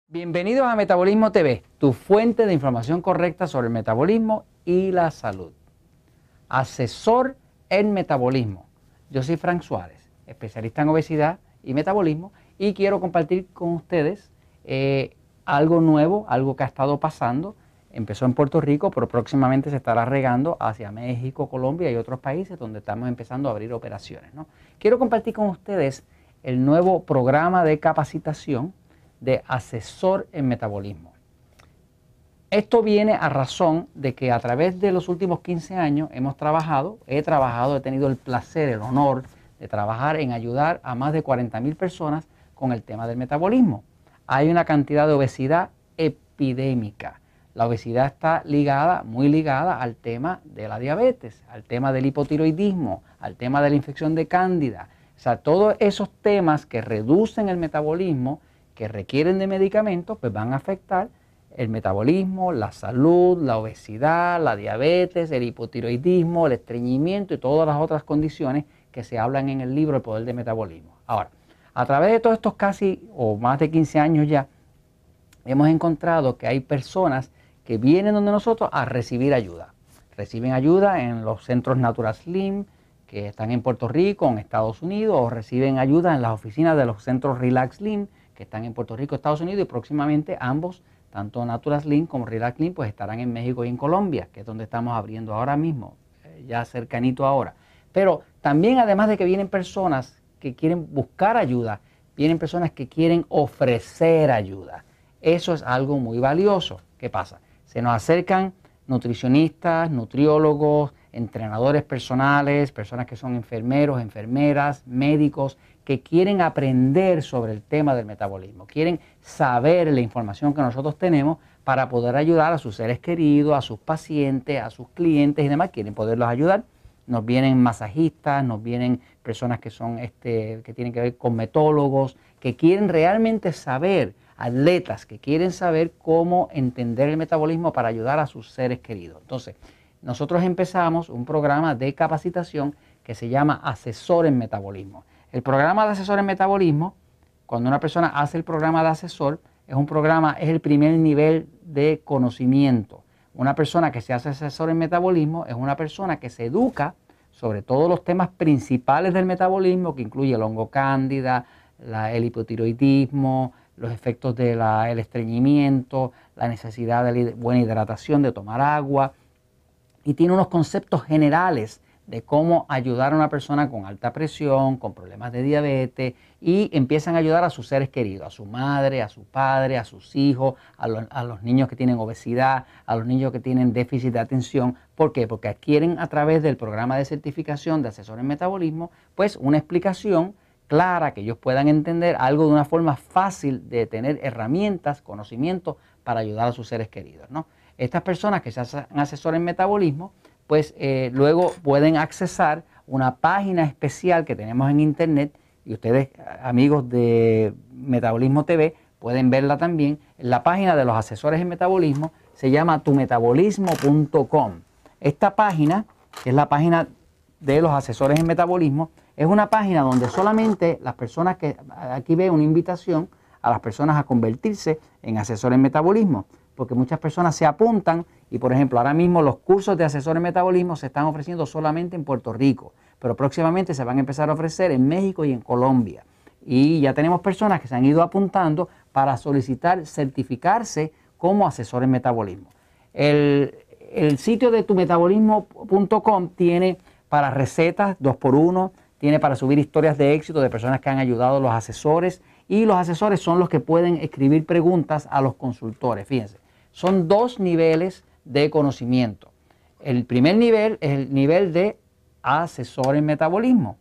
Bienvenidos a Metabolismo TV, tu fuente de información correcta sobre el metabolismo y la salud. Asesor en metabolismo. Yo soy Frank Suárez, especialista en obesidad y metabolismo, y quiero compartir con ustedes algo nuevo, algo que ha estado pasando. Empezó en Puerto Rico, pero próximamente se estará regando hacia México, Colombia y otros países donde estamos empezando a abrir operaciones, ¿no? Quiero compartir con ustedes el nuevo programa de capacitación de asesor en metabolismo. Esto viene a razón de que a través de los últimos 15 años he tenido el placer, el honor de trabajar en ayudar a más de 40,000 personas con el tema del metabolismo. Hay una cantidad de obesidad epidémica. La obesidad está muy ligada al tema de la diabetes, al tema del hipotiroidismo, al tema de la infección de cándida. O sea, todos esos temas que reducen el metabolismo, que requieren de medicamentos, pues van a afectar el metabolismo, la salud, la obesidad, la diabetes, el hipotiroidismo, el estreñimiento y todas las otras condiciones que se hablan en el libro El Poder del Metabolismo. Ahora, a través de todos estos casi o más de 15 años ya, hemos encontrado que hay personas que vienen donde nosotros a recibir ayuda. Reciben ayuda en los centros Natural Slim, que están en Puerto Rico, en Estados Unidos, o reciben ayuda en las oficinas de los centros Relax Slim, que están en Puerto Rico, Estados Unidos, y próximamente ambos, tanto Natural Slim como Relax Slim, pues estarán en México y en Colombia, que es donde estamos abriendo ahora mismo, ya cercanito ahora. Pero también, además de que vienen personas que quieren buscar ayuda, vienen personas que quieren ofrecer ayuda. Eso es algo muy valioso. ¿Qué pasa? Se nos acercan nutricionistas, nutriólogos, entrenadores personales, personas que son enfermeros, enfermeras, médicos, que quieren aprender sobre el tema del metabolismo, quieren saber la información que nosotros tenemos para poder ayudar a sus seres queridos, a sus pacientes, a sus clientes y demás, quieren poderlos ayudar. Nos vienen masajistas, nos vienen personas que son que tienen que ver con cosmetólogos, que quieren realmente saber, atletas que quieren saber cómo entender el metabolismo para ayudar a sus seres queridos. Entonces, nosotros empezamos un programa de capacitación que se llama Asesor en Metabolismo. El programa de Asesor en Metabolismo, cuando una persona hace el programa de asesor, es el primer nivel de conocimiento. Una persona que se hace asesor en metabolismo es una persona que se educa sobre todos los temas principales del metabolismo, que incluye el hongo cándida, el hipotiroidismo, los efectos del estreñimiento, la necesidad de buena hidratación, de tomar agua, y tiene unos conceptos generales de cómo ayudar a una persona con alta presión, con problemas de diabetes, y empiezan a ayudar a sus seres queridos, a su madre, a su padre, a sus hijos, a los niños que tienen obesidad, a los niños que tienen déficit de atención. ¿Por qué? Porque adquieren a través del programa de certificación de asesor en metabolismo, pues una explicación clara, que ellos puedan entender algo de una forma fácil, de tener herramientas, conocimientos para ayudar a sus seres queridos, ¿no? Estas personas que se hacen asesor en metabolismo, pues luego pueden accesar una página especial que tenemos en internet, y ustedes, amigos de Metabolismo TV, pueden verla también. La página de los asesores en metabolismo se llama tumetabolismo.com. Esta página, que es la página de los asesores en metabolismo, es una página donde solamente las personas que, aquí ve una invitación a las personas a convertirse en asesores en metabolismo, porque muchas personas se apuntan y, por ejemplo, ahora mismo los cursos de asesor en metabolismo se están ofreciendo solamente en Puerto Rico, pero próximamente se van a empezar a ofrecer en México y en Colombia. Y ya tenemos personas que se han ido apuntando para solicitar certificarse como asesor en metabolismo. El sitio de tumetabolismo.com tiene para recetas 2x1, tiene para subir historias de éxito de personas que han ayudado a los asesores, y los asesores son los que pueden escribir preguntas a los consultores. Fíjense, son dos niveles de conocimiento. El primer nivel es el nivel de asesor en metabolismo.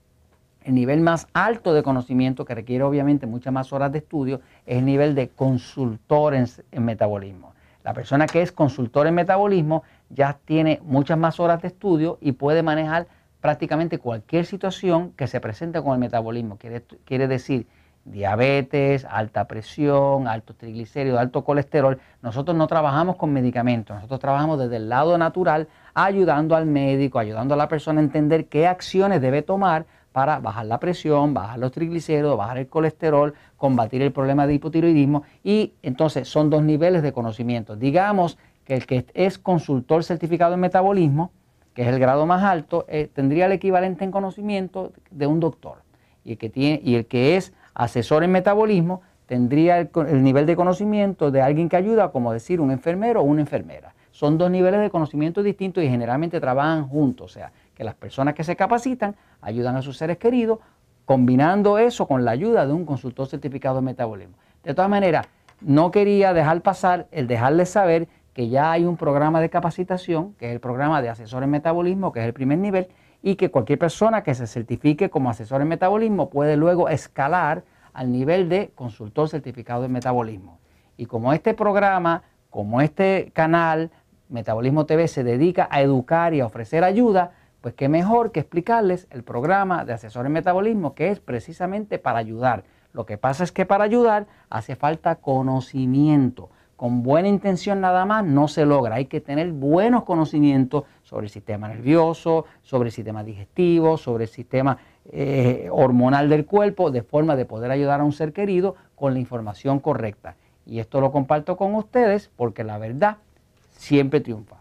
El nivel más alto de conocimiento, que requiere obviamente muchas más horas de estudio, es el nivel de consultor en metabolismo. La persona que es consultor en metabolismo ya tiene muchas más horas de estudio y puede manejar prácticamente cualquier situación que se presente con el metabolismo. Quiere decir diabetes, alta presión, altos triglicéridos, alto colesterol. Nosotros no trabajamos con medicamentos, nosotros trabajamos desde el lado natural, ayudando al médico, ayudando a la persona a entender qué acciones debe tomar para bajar la presión, bajar los triglicéridos, bajar el colesterol, combatir el problema de hipotiroidismo. Y entonces son dos niveles de conocimiento. Digamos que el que es consultor certificado en metabolismo, que es el grado más alto, tendría el equivalente en conocimiento de un doctor. Y el que es asesor en metabolismo tendría el nivel de conocimiento de alguien que ayuda, como decir un enfermero o una enfermera. Son dos niveles de conocimiento distintos y generalmente trabajan juntos, o sea, que las personas que se capacitan ayudan a sus seres queridos, combinando eso con la ayuda de un consultor certificado en metabolismo. De todas maneras, no quería dejar pasar el dejarles saber que ya hay un programa de capacitación, que es el programa de asesor en metabolismo, que es el primer nivel, y que cualquier persona que se certifique como asesor en metabolismo puede luego escalar al nivel de consultor certificado en metabolismo. Y como este programa, como este canal, Metabolismo TV, se dedica a educar y a ofrecer ayuda, pues qué mejor que explicarles el programa de asesor en metabolismo, que es precisamente para ayudar. Lo que pasa es que para ayudar hace falta conocimiento. Con buena intención nada más no se logra. Hay que tener buenos conocimientos sobre el sistema nervioso, sobre el sistema digestivo, sobre el sistema hormonal del cuerpo, de forma de poder ayudar a un ser querido con la información correcta. Y esto lo comparto con ustedes porque la verdad siempre triunfa.